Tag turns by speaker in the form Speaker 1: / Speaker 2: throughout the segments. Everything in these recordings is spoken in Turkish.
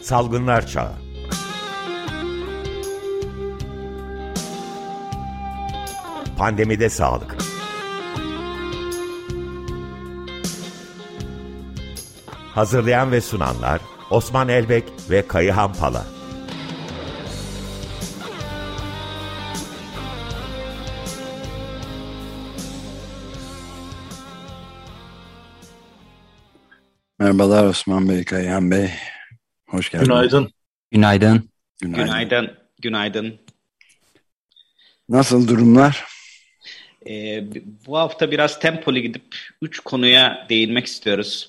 Speaker 1: Salgınlar Çağı. Pandemide sağlık. Hazırlayan ve sunanlar Osman Elbek ve Kayıhan Pala.
Speaker 2: Merhabalar Osman Bey, Kayhan Bey. Hoş geldiniz.
Speaker 3: Günaydın.
Speaker 4: Günaydın.
Speaker 5: Günaydın.
Speaker 2: Nasıl durumlar?
Speaker 5: Bu hafta biraz tempolu gidip 3 konuya değinmek istiyoruz.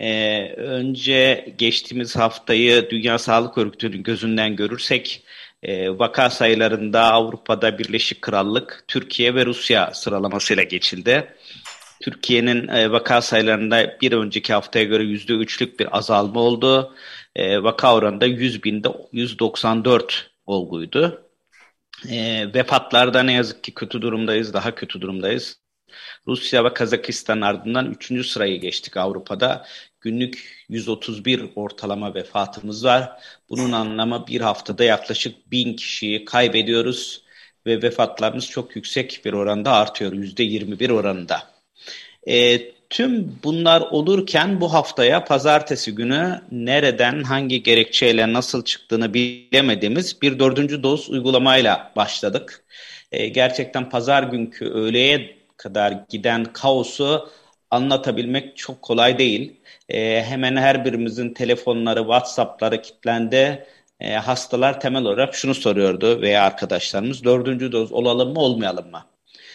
Speaker 5: Önce geçtiğimiz haftayı Dünya Sağlık Örgütü'nün gözünden görürsek, vaka sayılarında Avrupa'da Birleşik Krallık, Türkiye ve Rusya sıralamasıyla geçildi. Türkiye'nin vaka sayılarında bir önceki haftaya göre %3'lük bir azalma oldu. Vaka oranında 100 binde 194 olguydu. Vefatlarda ne yazık ki daha kötü durumdayız. Rusya ve Kazakistan'ın ardından 3. sırayı geçtik Avrupa'da. Günlük 131 ortalama vefatımız var. Bunun anlamı bir haftada yaklaşık 1000 kişiyi kaybediyoruz ve vefatlarımız çok yüksek bir oranda artıyor, %21 oranında. Tüm bunlar olurken bu haftaya pazartesi günü nereden, hangi gerekçeyle nasıl çıktığını bilemediğimiz bir 4. doz uygulamayla başladık. Gerçekten pazar günkü öğleye kadar giden kaosu anlatabilmek çok kolay değil. Hemen her birimizin telefonları, WhatsApp'ları kilitlendi. Hastalar temel olarak şunu soruyordu veya arkadaşlarımız: 4. doz olalım mı olmayalım mı?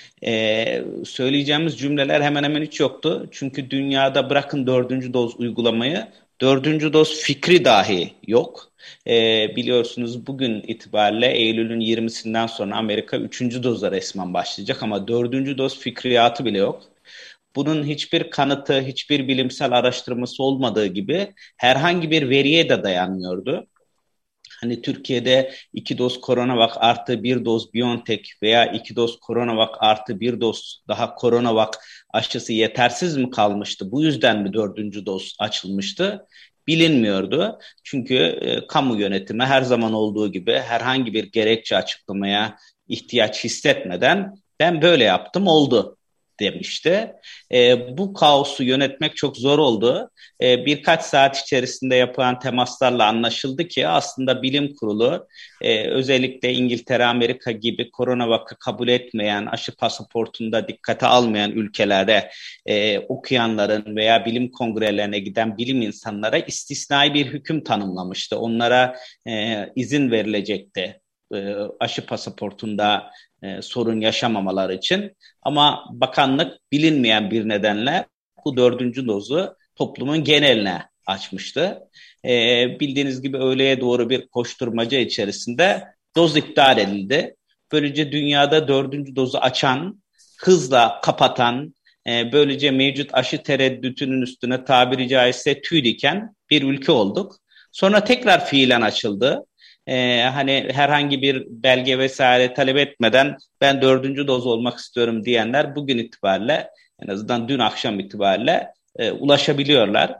Speaker 5: Söyleyeceğimiz cümleler hemen hemen hiç yoktu. Çünkü dünyada bırakın 4. doz uygulamayı, 4. doz fikri dahi yok. Biliyorsunuz bugün itibariyle Eylül'ün 20'sinden sonra Amerika 3. doza resmen başlayacak ama 4. doz fikriyatı bile yok. Bunun hiçbir kanıtı, hiçbir bilimsel araştırması olmadığı gibi herhangi bir veriye de dayanmıyordu. Hani Türkiye'de 2 doz CoronaVac artı 1 doz BioNTech veya 2 doz CoronaVac artı 1 doz daha CoronaVac aşısı yetersiz mi kalmıştı? Bu yüzden mi 4. doz açılmıştı? Bilinmiyordu. Çünkü kamu yönetimi her zaman olduğu gibi herhangi bir gerekçe açıklamaya ihtiyaç hissetmeden ben böyle yaptım oldu demişti. Bu kaosu yönetmek çok zor oldu. Birkaç saat içerisinde yapılan temaslarla anlaşıldı ki aslında bilim kurulu özellikle İngiltere, Amerika gibi CoronaVac'ı kabul etmeyen, aşı pasaportunda dikkate almayan ülkelere okuyanların veya bilim kongrelerine giden bilim insanlara istisnai bir hüküm tanımlamıştı. Onlara izin verilecekti aşı pasaportunda sorun yaşamamaları için. Ama bakanlık bilinmeyen bir nedenle bu 4. dozu toplumun geneline açmıştı. Bildiğiniz gibi öğleye doğru bir koşturmaca içerisinde doz iptal edildi. Böylece dünyada 4. dozu açan, hızla kapatan, böylece mevcut aşı tereddütünün üstüne tabiri caizse tüy diken bir ülke olduk. Sonra tekrar fiilen açıldı. Hani herhangi bir belge vesaire talep etmeden ben 4. doz olmak istiyorum diyenler bugün itibariyle, en azından dün akşam itibariyle ulaşabiliyorlar.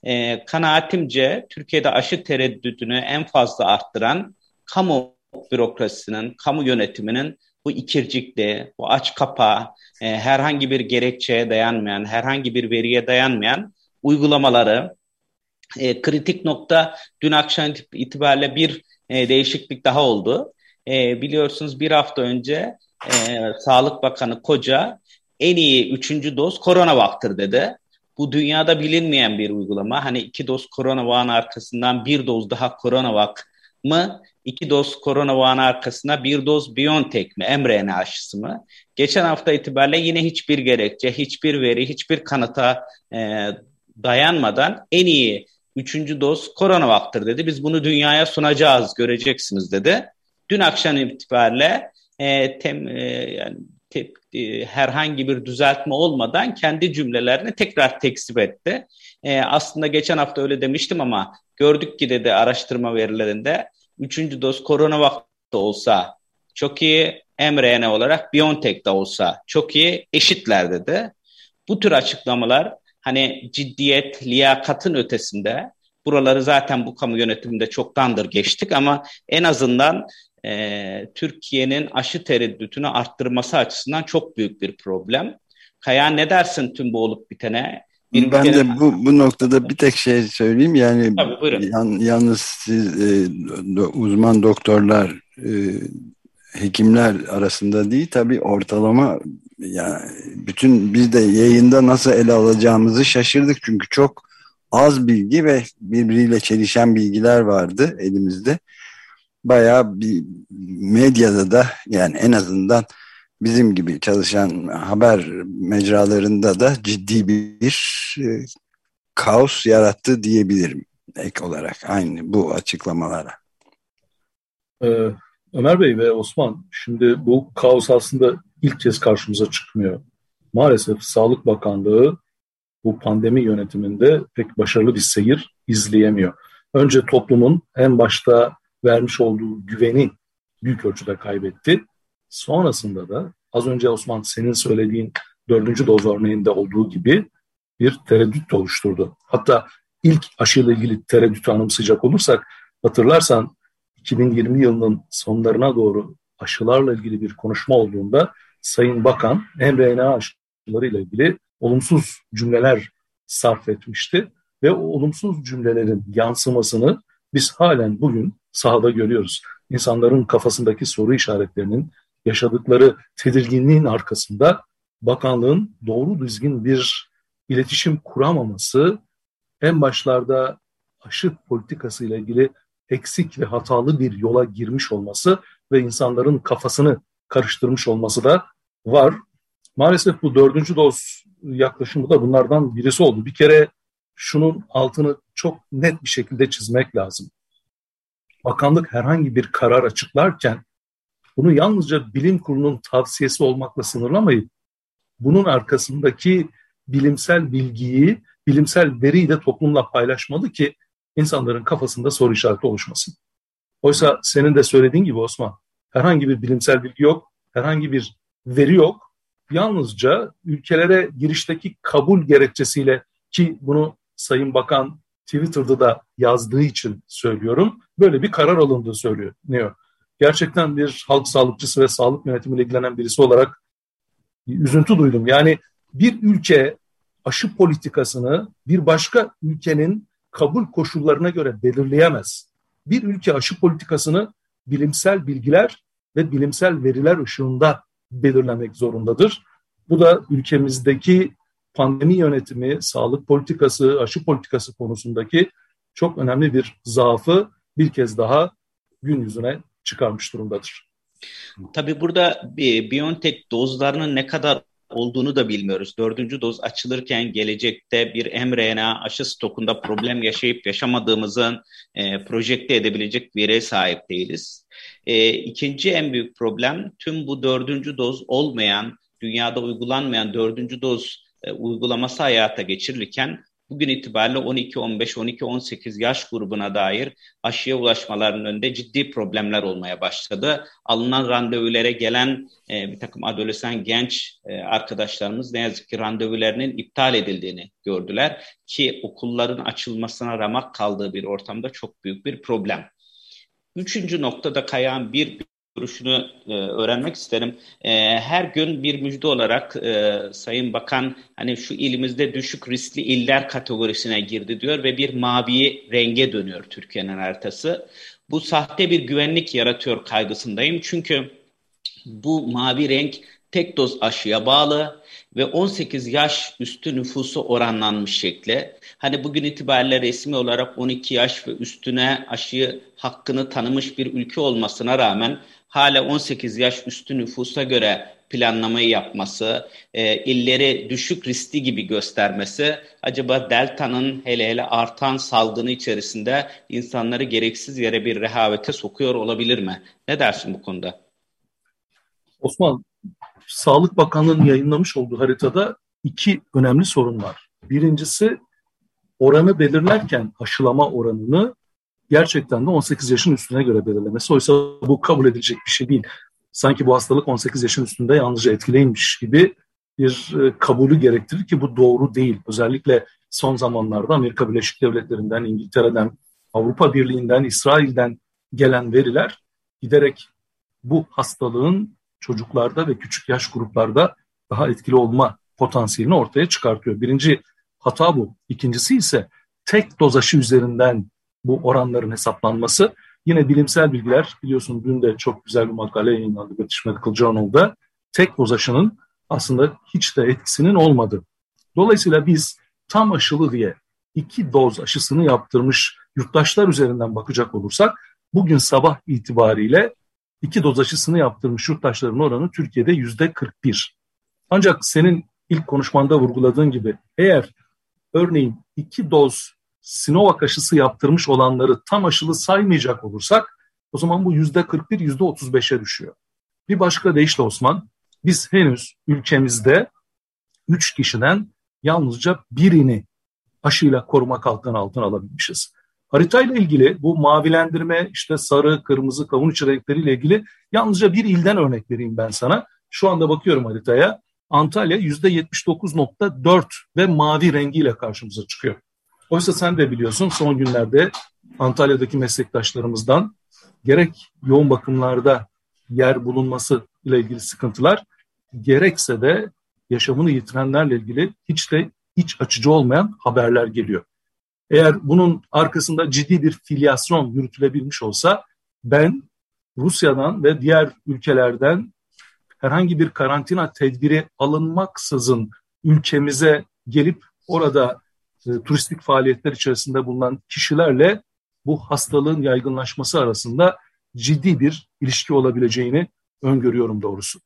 Speaker 5: Kanaatimce Türkiye'de aşı tereddütünü en fazla arttıran kamu bürokrasisinin, kamu yönetiminin bu ikircikli, bu aç kapa, herhangi bir gerekçeye dayanmayan, herhangi bir veriye dayanmayan uygulamaları. Kritik nokta dün akşam itibariyle bir değişiklik daha oldu. Biliyorsunuz bir hafta önce Sağlık Bakanı Koca en iyi 3. doz CoronaVac'tır dedi. Bu dünyada bilinmeyen bir uygulama. Hani 2 doz CoronaVac'ın arkasından 1 doz daha CoronaVac mı? 2 doz CoronaVac'ın arkasına 1 doz BioNTech mi? mRNA aşısı mı? Geçen hafta itibariyle yine hiçbir gerekçe, hiçbir veri, hiçbir kanıta dayanmadan en iyi 3. doz CoronaVac'tır dedi. Biz bunu dünyaya sunacağız, göreceksiniz dedi. Dün akşam itibariyle herhangi bir düzeltme olmadan kendi cümlelerini tekrar tekzip etti. Aslında geçen hafta öyle demiştim ama gördük ki dedi araştırma verilerinde 3. doz CoronaVac da olsa çok iyi, mRNA olarak BioNTech de olsa çok iyi, eşitler dedi. Bu tür açıklamalar hani ciddiyet, liyakatın ötesinde Buraları zaten bu kamu yönetiminde çoktandır geçtik ama en azından Türkiye'nin aşı tereddütünü arttırması açısından çok büyük bir problem. Kaya, ne dersin tüm bu olup bitene? Bir
Speaker 2: Ben
Speaker 5: ülkenin...
Speaker 2: de bu noktada bir tek şey söyleyeyim. Yani
Speaker 5: Tabii, buyurun.
Speaker 2: yalnız siz uzman doktorlar, hekimler arasında değil, tabii ortalama, yani bütün biz de yayında nasıl ele alacağımızı şaşırdık. Çünkü çok az bilgi ve birbiriyle çelişen bilgiler vardı elimizde. Bayağı bir medyada da, yani en azından bizim gibi çalışan haber mecralarında da ciddi bir kaos yarattı diyebilirim ek olarak aynı bu açıklamalara.
Speaker 3: Ee, Ömer Bey ve Osman, şimdi bu kaos aslında ilk kez karşımıza çıkmıyor. Maalesef Sağlık Bakanlığı bu pandemi yönetiminde pek başarılı bir seyir izleyemiyor. Önce toplumun en başta vermiş olduğu güveni büyük ölçüde kaybetti. Sonrasında da az önce Osman senin söylediğin 4. doz örneğinde olduğu gibi bir tereddüt oluşturdu. Hatta ilk aşıyla ilgili tereddütü anımsayacak olursak, hatırlarsan 2020 yılının sonlarına doğru aşılarla ilgili bir konuşma olduğunda Sayın Bakan mRNA aşılarıyla ilgili olumsuz cümleler sarf etmişti ve o olumsuz cümlelerin yansımasını biz halen bugün sahada görüyoruz. İnsanların kafasındaki soru işaretlerinin, yaşadıkları tedirginliğin arkasında bakanlığın doğru düzgün bir iletişim kuramaması, en başlarda aşı politikası ile ilgili eksik ve hatalı bir yola girmiş olması ve insanların kafasını karıştırmış olması da var. Maalesef bu 4. doz yaklaşımı da bunlardan birisi oldu. Bir kere şunun altını çok net bir şekilde çizmek lazım. Bakanlık herhangi bir karar açıklarken bunu yalnızca bilim kurulunun tavsiyesi olmakla sınırlamayıp bunun arkasındaki bilimsel bilgiyi, bilimsel veriyi de toplumla paylaşmalı ki insanların kafasında soru işareti oluşmasın. Oysa senin de söylediğin gibi Osman, herhangi bir bilimsel bilgi yok, herhangi bir veri yok. Yalnızca ülkelere girişteki kabul gerekçesiyle, ki bunu Sayın Bakan Twitter'da da yazdığı için söylüyorum, böyle bir karar alındığı söyleniyor. Gerçekten bir halk sağlıkçısı ve sağlık yönetimiyle ilgilenen birisi olarak üzüntü duydum. Yani bir ülke aşı politikasını bir başka ülkenin kabul koşullarına göre belirleyemez. Bir ülke aşı politikasını bilimsel bilgiler ve bilimsel veriler ışığında belirlemek zorundadır. Bu da ülkemizdeki pandemi yönetimi, sağlık politikası, aşı politikası konusundaki çok önemli bir zaafı bir kez daha gün yüzüne çıkarmış durumdadır.
Speaker 5: Tabii burada BioNTech dozlarının ne kadar olduğunu da bilmiyoruz. 4. doz açılırken gelecekte bir mRNA aşı stokunda problem yaşayıp yaşamadığımızın projekte edebilecek veriye sahip değiliz. İkinci en büyük problem, tüm bu 4. doz olmayan, dünyada uygulanmayan 4. doz uygulaması hayata geçirilirken bugün itibariyle 12, 15, 12, 18 yaş grubuna dair aşıya ulaşmalarının önünde ciddi problemler olmaya başladı. Alınan randevulara gelen bir takım adolesan genç arkadaşlarımız ne yazık ki randevularının iptal edildiğini gördüler ki okulların açılmasına ramak kaldığı bir ortamda çok büyük bir problem. Üçüncü noktada Kayağan bir görüşünü öğrenmek isterim. Her gün bir müjde olarak Sayın Bakan hani şu ilimizde düşük riskli iller kategorisine girdi diyor ve bir mavi renge dönüyor Türkiye'nin haritası. Bu sahte bir güvenlik yaratıyor kaygısındayım. Çünkü bu mavi renk tek doz aşıya bağlı ve 18 yaş üstü nüfusu oranlanmış şekli. Hani bugün itibariyle resmi olarak 12 yaş ve üstüne aşıyı hakkını tanımış bir ülke olmasına rağmen hala 18 yaş üstü nüfusa göre planlamayı yapması, illeri düşük riskli gibi göstermesi, acaba Delta'nın hele hele artan salgını içerisinde insanları gereksiz yere bir rehavete sokuyor olabilir mi? Ne dersin bu konuda?
Speaker 3: Osman, Sağlık Bakanlığı'nın yayınlamış olduğu haritada iki önemli sorun var. Birincisi, oranı belirlerken aşılama oranını gerçekten de 18 yaşın üstüne göre belirlemesi. Oysa bu kabul edilecek bir şey değil. Sanki bu hastalık 18 yaşın üstünde yalnızca etkileymiş gibi bir kabulü gerektirir ki bu doğru değil. Özellikle son zamanlarda Amerika Birleşik Devletleri'nden, İngiltere'den, Avrupa Birliği'nden, İsrail'den gelen veriler giderek bu hastalığın çocuklarda ve küçük yaş gruplarda daha etkili olma potansiyelini ortaya çıkartıyor. Birinci hata bu. İkincisi ise tek doz aşı üzerinden bu oranların hesaplanması. Yine bilimsel bilgiler, biliyorsun dün de çok güzel bir makale yayınlandı British Medical Journal'da. Tek doz aşının aslında hiç de etkisinin olmadığı. Dolayısıyla biz tam aşılı diye 2 doz aşısını yaptırmış yurttaşlar üzerinden bakacak olursak, bugün sabah itibariyle 2 doz aşısını yaptırmış yurttaşların oranı Türkiye'de %41. Ancak senin ilk konuşmanda vurguladığın gibi, eğer örneğin 2 doz Sinovac aşısı yaptırmış olanları tam aşılı saymayacak olursak, o zaman bu %41, %35'e düşüyor. Bir başka deyişle Osman, biz henüz ülkemizde 3 kişiden yalnızca birini aşıyla korumak altına alabilmişiz. Haritayla ilgili bu mavilendirme, işte sarı, kırmızı, kavun içi renkleriyle ilgili yalnızca bir ilden örnek vereyim ben sana. Şu anda bakıyorum haritaya. Antalya %79.4 ve mavi rengiyle karşımıza çıkıyor. Oysa sen de biliyorsun, son günlerde Antalya'daki meslektaşlarımızdan gerek yoğun bakımlarda yer bulunması ile ilgili sıkıntılar, gerekse de yaşamını yitirenlerle ilgili hiç de iç açıcı olmayan haberler geliyor. Eğer bunun arkasında ciddi bir filyasyon yürütülebilmiş olsa, ben Rusya'dan ve diğer ülkelerden herhangi bir karantina tedbiri alınmaksızın ülkemize gelip orada turistik faaliyetler içerisinde bulunan kişilerle bu hastalığın yaygınlaşması arasında ciddi bir ilişki olabileceğini öngörüyorum doğrusu.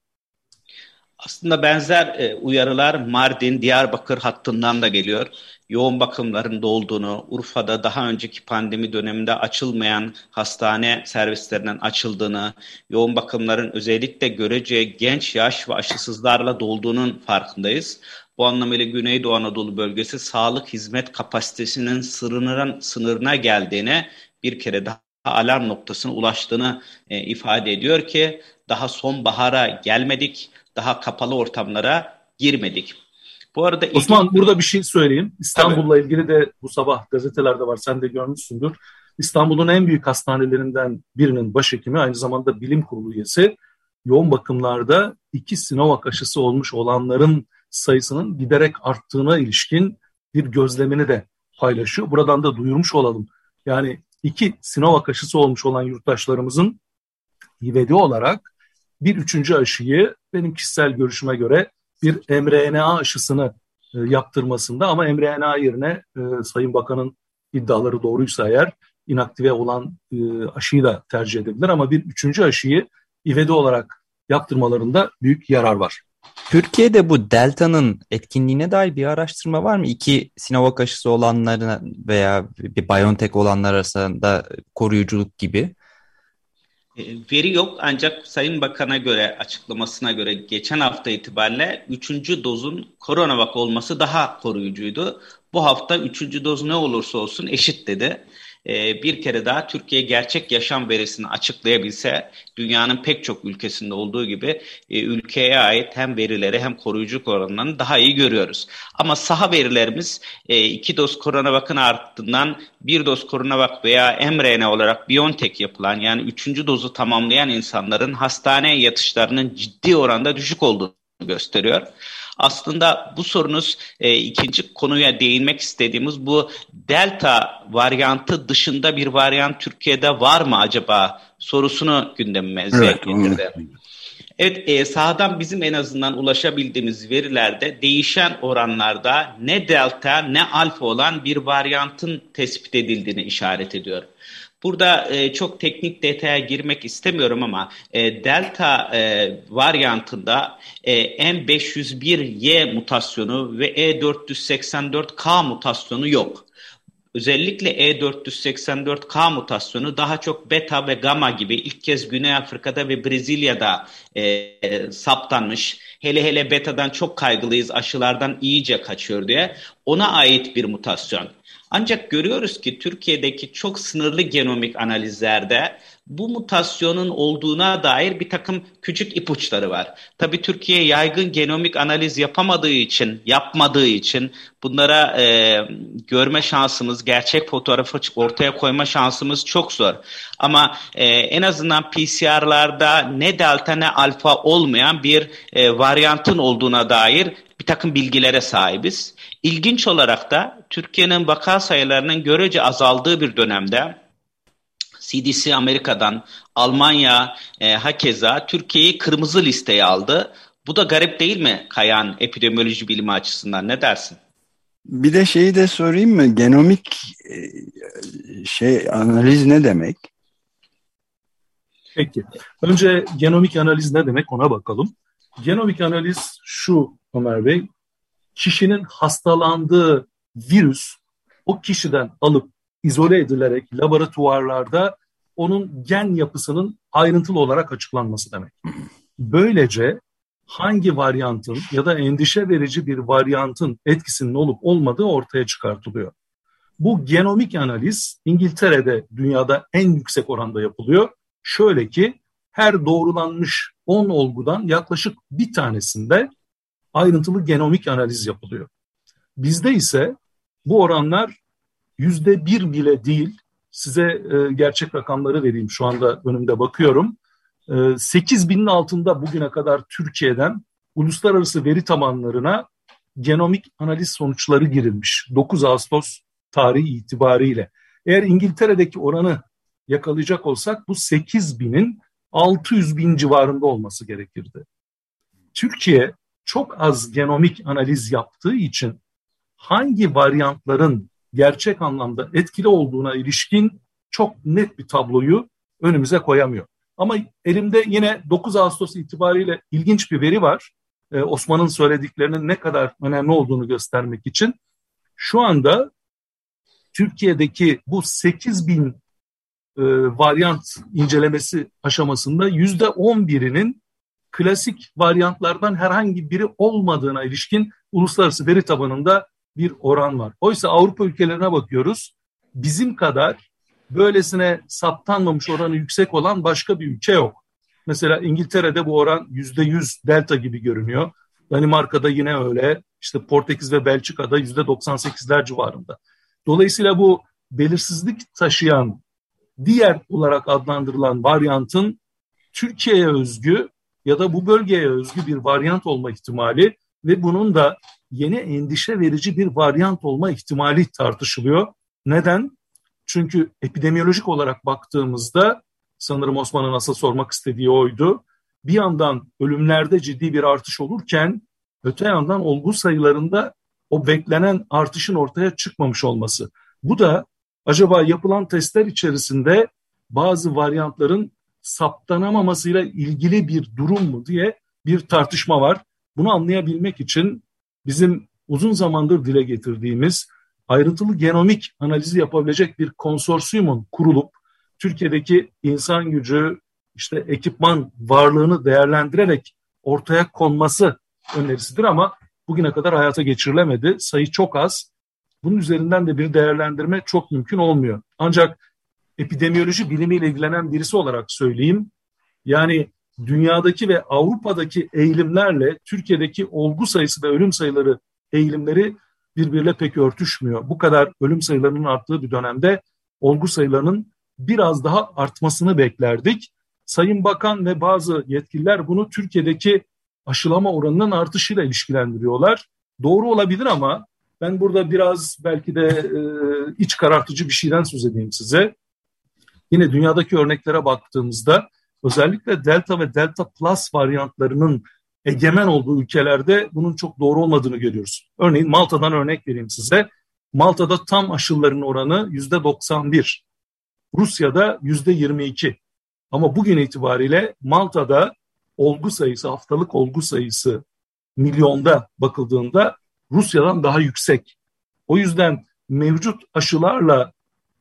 Speaker 5: Aslında benzer uyarılar Mardin, Diyarbakır hattından da geliyor. Yoğun bakımların dolduğunu, Urfa'da daha önceki pandemi döneminde açılmayan hastane servislerinin açıldığını, yoğun bakımların özellikle görece genç yaş ve aşısızlarla dolduğunun farkındayız. Bu anlamıyla Güneydoğu Anadolu bölgesi sağlık hizmet kapasitesinin sınırına geldiğine, bir kere daha alarm noktasına ulaştığını ifade ediyor ki daha sonbahara gelmedik, daha kapalı ortamlara girmedik. Bu arada
Speaker 3: Osman, burada bir şey söyleyeyim. İstanbul'la ilgili de bu sabah gazetelerde var, sen de görmüşsündür. İstanbul'un en büyük hastanelerinden birinin başhekimi, aynı zamanda bilim kurulu üyesi, yoğun bakımlarda 2 Sinovac aşısı olmuş olanların sayısının giderek arttığına ilişkin bir gözlemini de paylaşıyor. Buradan da duyurmuş olalım. Yani 2 Sinovac aşısı olmuş olan yurttaşlarımızın ivedi olarak bir 3. aşıyı, benim kişisel görüşüme göre bir mRNA aşısını yaptırmasında, ama mRNA yerine Sayın Bakan'ın iddiaları doğruysa eğer inaktive olan aşıyı da tercih edebilir, ama bir 3. aşıyı ivedi olarak yaptırmalarında büyük yarar var.
Speaker 4: Türkiye'de bu Delta'nın etkinliğine dair bir araştırma var mı? 2 Sinovac aşısı olanların veya bir BioNTech olanlar arasında koruyuculuk gibi.
Speaker 5: Veri yok, ancak Sayın Bakan'a göre, açıklamasına göre geçen hafta itibariyle 3. dozun CoronaVac olması daha koruyucuydu. Bu hafta 3. doz ne olursa olsun eşit dedi. Bir kere daha Türkiye gerçek yaşam verisini açıklayabilse, dünyanın pek çok ülkesinde olduğu gibi ülkeye ait hem verileri hem koruyuculuk oranlarını daha iyi görüyoruz. Ama saha verilerimiz 2 doz CoronaVac'ın ardından 1 doz CoronaVac veya mRNA olarak BioNTech yapılan, yani 3. dozu tamamlayan insanların hastane yatışlarının ciddi oranda düşük olduğunu gösteriyor. Aslında bu sorunuz, ikinci konuya değinmek istediğimiz bu Delta varyantı dışında bir varyant Türkiye'de var mı acaba sorusunu gündemime getirdi. Evet, sahadan bizim en azından ulaşabildiğimiz verilerde değişen oranlarda ne delta ne alfa olan bir varyantın tespit edildiğini işaret ediyor. Burada çok teknik detaya girmek istemiyorum ama delta varyantında N501Y mutasyonu ve E484K mutasyonu yok. Özellikle E484K mutasyonu daha çok beta ve gamma gibi ilk kez Güney Afrika'da ve Brezilya'da saptanmış. Hele betadan çok kaygılıyız, aşılardan iyice kaçıyor diye, ona ait bir mutasyon. Ancak görüyoruz ki Türkiye'deki çok sınırlı genomik analizlerde bu mutasyonun olduğuna dair bir takım küçük ipuçları var. Tabii Türkiye yaygın genomik analiz yapmadığı için bunlara görme şansımız, gerçek fotoğrafı ortaya koyma şansımız çok zor. Ama en azından PCR'larda ne delta ne alfa olmayan bir varyantın olduğuna dair bir takım bilgilere sahibiz. İlginç olarak da Türkiye'nin vaka sayılarının görece azaldığı bir dönemde CDC Amerika'dan, Almanya hakeza Türkiye'yi kırmızı listeye aldı. Bu da garip değil mi Kayan, epidemioloji bilimi açısından, ne dersin?
Speaker 2: Bir de şeyi de sorayım mı? Genomik analiz ne demek?
Speaker 3: Peki. Önce genomik analiz ne demek ona bakalım. Genomik analiz şu Ömer Bey, kişinin hastalandığı virüs o kişiden alıp izole edilerek laboratuvarlarda onun gen yapısının ayrıntılı olarak açıklanması demek. Böylece hangi varyantın ya da endişe verici bir varyantın etkisinin olup olmadığı ortaya çıkartılıyor. Bu genomik analiz İngiltere'de dünyada en yüksek oranda yapılıyor. Şöyle ki her doğrulanmış 10 olgudan yaklaşık bir tanesinde ayrıntılı genomik analiz yapılıyor. Bizde ise bu oranlar %1 bile değil. Size gerçek rakamları vereyim, şu anda önümde bakıyorum. 8.000'in altında bugüne kadar Türkiye'den uluslararası veri tabanlarına genomik analiz sonuçları girilmiş 9 Ağustos tarihi itibariyle. Eğer İngiltere'deki oranı yakalayacak olsak bu 8.000'in 600.000 civarında olması gerekirdi. Türkiye çok az genomik analiz yaptığı için hangi varyantların gerçek anlamda etkili olduğuna ilişkin çok net bir tabloyu önümüze koyamıyor. Ama elimde yine 9 Ağustos itibariyle ilginç bir veri var. Osman'ın söylediklerinin ne kadar önemli olduğunu göstermek için. Şu anda Türkiye'deki bu 8.000 varyant incelemesi aşamasında %11'inin klasik varyantlardan herhangi biri olmadığına ilişkin uluslararası veri tabanında bir oran var. Oysa Avrupa ülkelerine bakıyoruz. Bizim kadar böylesine saptanmamış oranı yüksek olan başka bir ülke yok. Mesela İngiltere'de bu oran %100 delta gibi görünüyor. Danimarka'da yine öyle. İşte Portekiz ve Belçika'da %98'ler civarında. Dolayısıyla bu belirsizlik taşıyan diğer olarak adlandırılan varyantın Türkiye'ye özgü ya da bu bölgeye özgü bir varyant olma ihtimali ve bunun da yeni endişe verici bir varyant olma ihtimali tartışılıyor. Neden? Çünkü epidemiyolojik olarak baktığımızda, sanırım Osman'ın asıl sormak istediği oydu, bir yandan ölümlerde ciddi bir artış olurken öte yandan olgu sayılarında o beklenen artışın ortaya çıkmamış olması. Bu da acaba yapılan testler içerisinde bazı varyantların saptanamamasıyla ilgili bir durum mu diye bir tartışma var. Bunu anlayabilmek için bizim uzun zamandır dile getirdiğimiz ayrıntılı genomik analizi yapabilecek bir konsorsiyumun kurulup Türkiye'deki insan gücü, işte ekipman varlığını değerlendirerek ortaya konması önerisidir ama bugüne kadar hayata geçirilemedi. Sayı çok az. Bunun üzerinden de bir değerlendirme çok mümkün olmuyor. Ancak epidemiyoloji bilimiyle ilgilenen birisi olarak söyleyeyim. Yani dünyadaki ve Avrupa'daki eğilimlerle Türkiye'deki olgu sayısı ve ölüm sayıları eğilimleri birbiriyle pek örtüşmüyor. Bu kadar ölüm sayılarının arttığı bir dönemde olgu sayılarının biraz daha artmasını beklerdik. Sayın Bakan ve bazı yetkililer bunu Türkiye'deki aşılama oranının artışıyla ilişkilendiriyorlar. Doğru olabilir ama ben burada biraz belki de iç karartıcı bir şeyden söz edeyim size. Yine dünyadaki örneklere baktığımızda özellikle Delta ve Delta Plus varyantlarının egemen olduğu ülkelerde bunun çok doğru olmadığını görüyoruz. Örneğin Malta'dan örnek vereyim size. Malta'da tam aşıların oranı %91, Rusya'da %22. Ama bugün itibariyle Malta'da olgu sayısı, haftalık olgu sayısı milyonda bakıldığında Rusya'dan daha yüksek. O yüzden mevcut aşılarla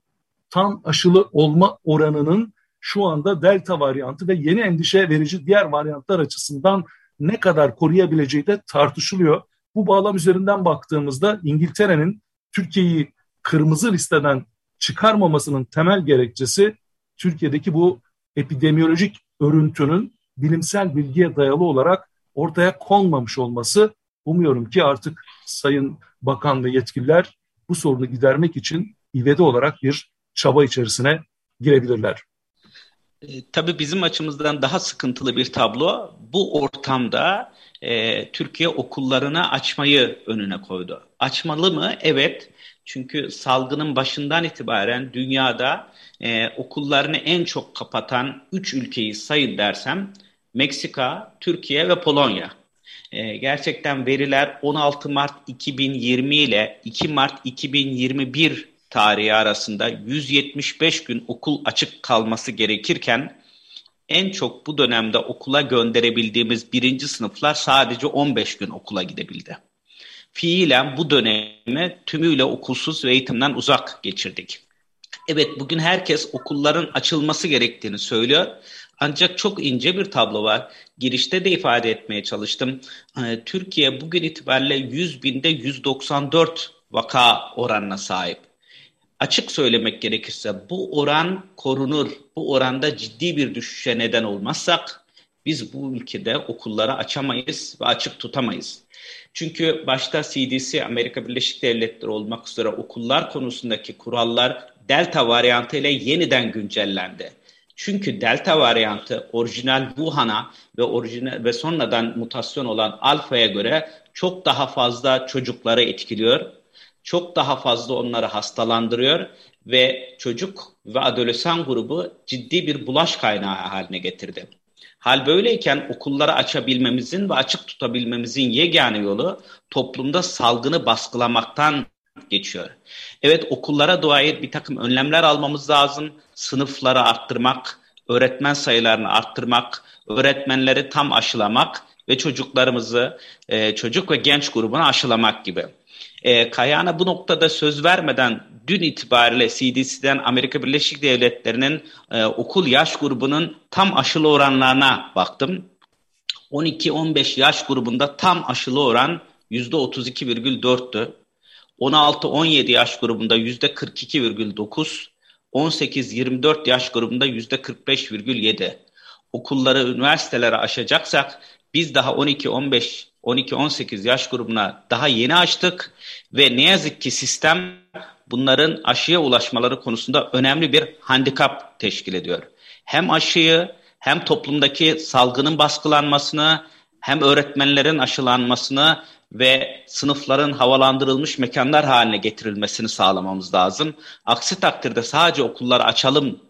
Speaker 3: tam aşılı olma oranının şu anda delta varyantı ve yeni endişe verici diğer varyantlar açısından ne kadar koruyabileceği de tartışılıyor. Bu bağlam üzerinden baktığımızda İngiltere'nin Türkiye'yi kırmızı listeden çıkarmamasının temel gerekçesi Türkiye'deki bu epidemiyolojik örüntünün bilimsel bilgiye dayalı olarak ortaya konmamış olması. Umuyorum ki artık Sayın Bakan ve yetkililer bu sorunu gidermek için ivedi olarak bir çaba içerisine girebilirler.
Speaker 5: Tabii bizim açımızdan daha sıkıntılı bir tablo. Bu ortamda Türkiye okullarını açmayı önüne koydu. Açmalı mı? Evet. Çünkü salgının başından itibaren dünyada okullarını en çok kapatan 3 ülkeyi sayın dersem Meksika, Türkiye ve Polonya. Gerçekten veriler 16 Mart 2020 ile 2 Mart 2021 tarihi arasında 175 gün okul açık kalması gerekirken en çok bu dönemde okula gönderebildiğimiz birinci sınıflar sadece 15 gün okula gidebildi. Fiilen bu dönemi tümüyle okulsuz ve eğitimden uzak geçirdik. Evet, bugün herkes okulların açılması gerektiğini söylüyor. Ancak çok ince bir tablo var. Girişte de ifade etmeye çalıştım. Türkiye bugün itibariyle 100 binde 194 vaka oranına sahip. Açık söylemek gerekirse bu oran korunur. Bu oranda ciddi bir düşüşe neden olmazsak biz bu ülkede okulları açamayız ve açık tutamayız. Çünkü başta CDC, Amerika Birleşik Devletleri olmak üzere okullar konusundaki kurallar Delta varyantı ile yeniden güncellendi. Çünkü Delta varyantı orijinal Wuhan'a ve sonradan mutasyon olan Alfa'ya göre çok daha fazla çocukları etkiliyor. Çok daha fazla onları hastalandırıyor ve çocuk ve adolesan grubu ciddi bir bulaş kaynağı haline getirdi. Hal böyleyken okulları açabilmemizin ve açık tutabilmemizin yegane yolu toplumda salgını baskılamaktan geçiyor. Evet, okullara dair bir takım önlemler almamız lazım. Sınıfları arttırmak, öğretmen sayılarını arttırmak, öğretmenleri tam aşılamak ve çocuklarımızı, çocuk ve genç grubunu aşılamak gibi. Kayağına bu noktada söz vermeden dün itibariyle CDC'den Amerika Birleşik Devletleri'nin okul yaş grubunun tam aşılı oranlarına baktım. 12-15 yaş grubunda tam aşılı oran %32,4'tü. 16-17 yaş grubunda %42,9, 18-24 yaş grubunda %45,7. Okulları, üniversitelere aşacaksak biz daha 12-18 yaş grubuna daha yeni açtık ve ne yazık ki sistem bunların aşıya ulaşmaları konusunda önemli bir handikap teşkil ediyor. Hem aşıyı hem toplumdaki salgının baskılanmasını hem öğretmenlerin aşılanmasını ve sınıfların havalandırılmış mekanlar haline getirilmesini sağlamamız lazım. Aksi takdirde sadece okulları açalım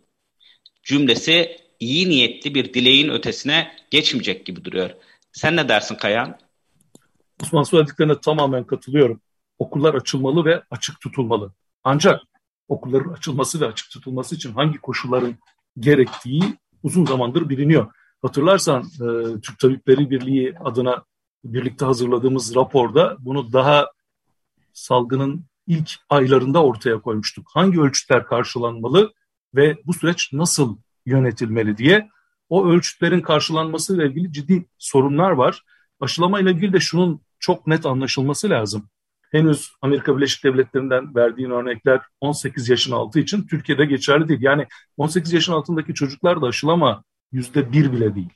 Speaker 5: cümlesi iyi niyetli bir dileğin ötesine geçmeyecek gibi duruyor. Sen ne dersin Kayan?
Speaker 3: Osman, söylediklerine tamamen katılıyorum. Okullar açılmalı ve açık tutulmalı. Ancak okulların açılması ve açık tutulması için hangi koşulların gerektiği uzun zamandır biliniyor. Hatırlarsan Türk Tabipleri Birliği adına birlikte hazırladığımız raporda bunu daha salgının ilk aylarında ortaya koymuştuk. Hangi ölçütler karşılanmalı ve bu süreç nasıl yönetilmeli diye. O ölçütlerin karşılanmasıyla ilgili ciddi sorunlar var. Aşılama ile ilgili de şunun çok net anlaşılması lazım. Henüz Amerika Birleşik Devletleri'nden verdiğin örnekler 18 yaşın altı için Türkiye'de geçerli değil. Yani 18 yaşın altındaki çocuklar da aşılama %1 bile değil.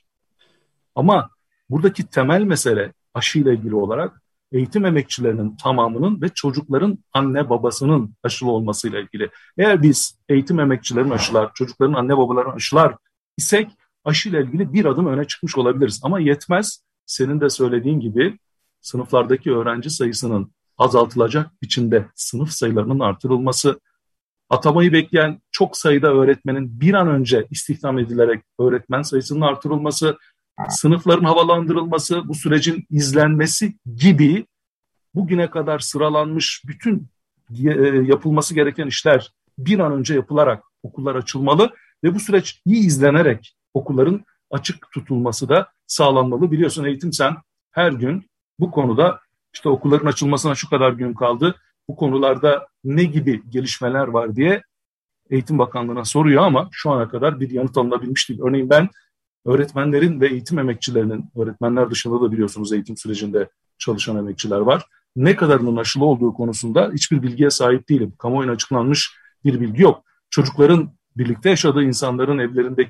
Speaker 3: Ama buradaki temel mesele aşıyla ilgili olarak eğitim emekçilerinin tamamının ve çocukların anne babasının aşılı olmasıyla ilgili. Eğer biz eğitim emekçilerin aşılar, çocukların anne babaların aşılar isek aşıyla ilgili bir adım öne çıkmış olabiliriz. Ama yetmez. Senin de söylediğin gibi sınıflardaki öğrenci sayısının azaltılacak biçimde sınıf sayılarının artırılması, atamayı bekleyen çok sayıda öğretmenin bir an önce istihdam edilerek öğretmen sayısının artırılması, sınıfların havalandırılması, bu sürecin izlenmesi gibi bugüne kadar sıralanmış bütün yapılması gereken işler bir an önce yapılarak okullar açılmalı ve bu süreç iyi izlenerek okulların açık tutulması da sağlanmalı. Biliyorsun Eğitim Sen her gün bu konuda işte okulların açılmasına şu kadar gün kaldı, bu konularda ne gibi gelişmeler var diye Eğitim Bakanlığı'na soruyor ama şu ana kadar bir yanıt alınabilmiş değil. Örneğin ben öğretmenlerin ve eğitim emekçilerinin, öğretmenler dışında da biliyorsunuz eğitim sürecinde çalışan emekçiler var, ne kadarının aşılı olduğu konusunda hiçbir bilgiye sahip değilim. Kamuoyuna açıklanmış bir bilgi yok. Çocukların birlikte yaşadığı insanların evlerindeki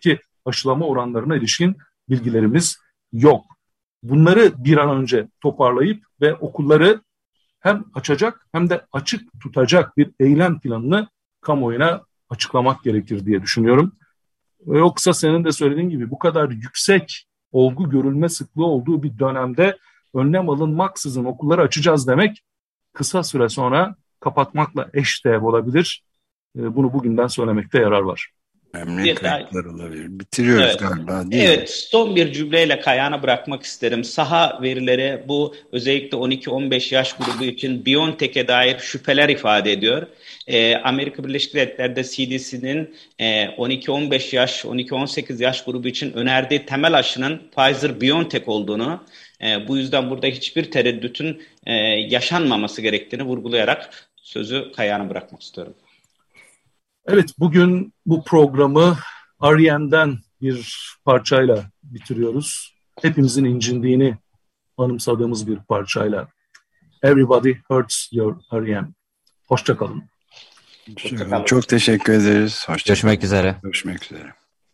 Speaker 3: aşılama oranlarına ilişkin bilgilerimiz yok. Bunları bir an önce toparlayıp ve okulları hem açacak hem de açık tutacak bir eylem planını kamuoyuna açıklamak gerekir diye düşünüyorum. Yoksa senin de söylediğin gibi bu kadar yüksek olgu görülme sıklığı olduğu bir dönemde önlem alınmaksızın okulları açacağız demek kısa süre sonra kapatmakla eşdeğer olabilir. Bunu bugünden söylemekte yarar var.
Speaker 2: Önemli kayıplar olabilir. Bitiriyoruz galiba değil mi?
Speaker 5: Evet, son bir cümleyle Kayhan'a bırakmak isterim. Saha verileri bu özellikle 12-15 yaş grubu için BioNTech'e dair şüpheler ifade ediyor. Amerika Birleşik Devletleri'de CDC'nin 12-15 yaş, 12-18 yaş grubu için önerdiği temel aşının Pfizer-BioNTech olduğunu, bu yüzden burada hiçbir tereddütün yaşanmaması gerektiğini vurgulayarak sözü Kayhan'a bırakmak istiyorum.
Speaker 3: Evet, bugün bu programı R.E.M'den bir parçayla bitiriyoruz. Hepimizin incindiğini anımsadığımız bir parçayla. Everybody Hurts Your R.E.M. Hoşça kalın.
Speaker 2: Çok teşekkür ederiz.
Speaker 4: Görüşmek üzere.
Speaker 2: Görüşmek üzere.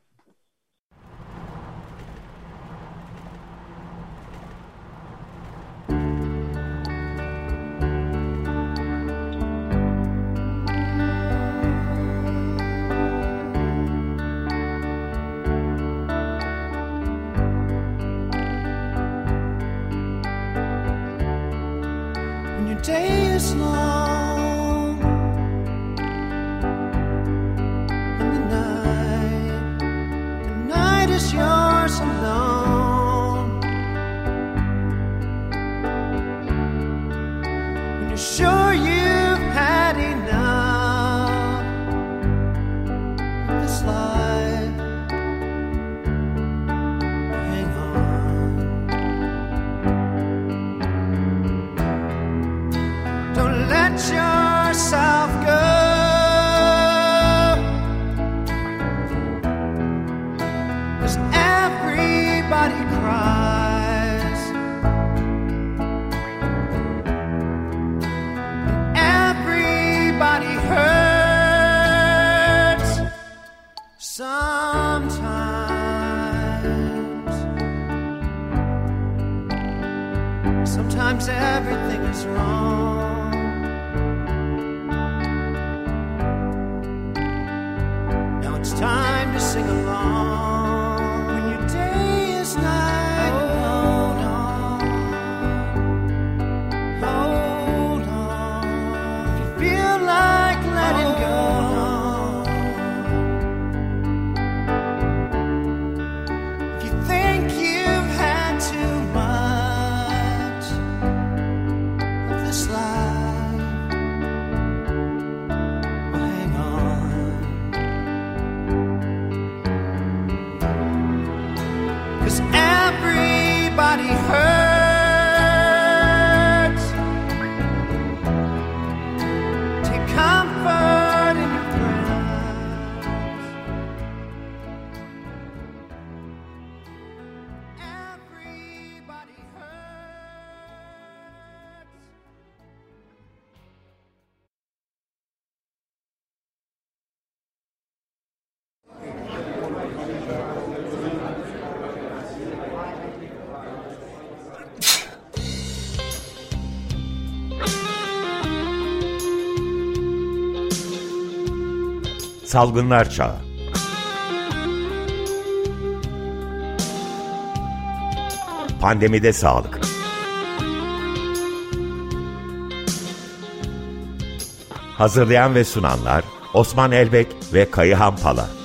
Speaker 6: Day is long and the night is yours alone. When you're sure you've had enough of this life, hang on. Don't let yourself go. 'Cause everybody cries and everybody hurts sometimes. Sometimes everything is wrong. It's time to sing along. When your day is night, hold on, hold on. If you feel like letting go, if you think you've had too much of this life, well, hang on. 'Cause everybody hurts. Take comfort in your prayers. Everybody hurts.
Speaker 1: Salgınlar Çağı. Pandemide sağlık. Hazırlayan ve sunanlar Osman Elbek ve Kayıhan Pala.